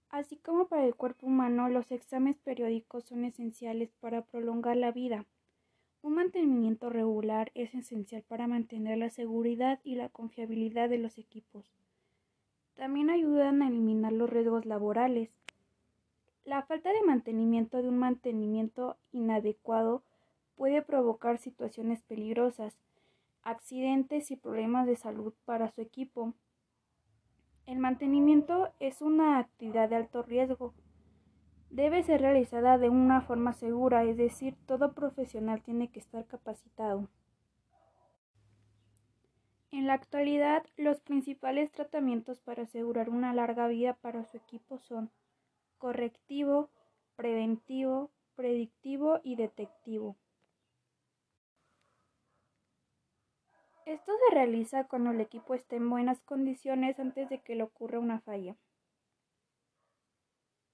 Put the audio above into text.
Así como para el cuerpo humano, los exámenes periódicos son esenciales para prolongar la vida. Un mantenimiento regular es esencial para mantener la seguridad y la confiabilidad de los equipos. También ayudan a eliminar los riesgos laborales. La falta de mantenimiento de un mantenimiento inadecuado puede provocar situaciones peligrosas, accidentes y problemas de salud para su equipo. El mantenimiento es una actividad de alto riesgo. Debe ser realizada de una forma segura, es decir, todo profesional tiene que estar capacitado. En la actualidad, los principales tratamientos para asegurar una larga vida para su equipo son correctivo, preventivo, predictivo y detectivo. Esto se realiza cuando el equipo está en buenas condiciones antes de que le ocurra una falla.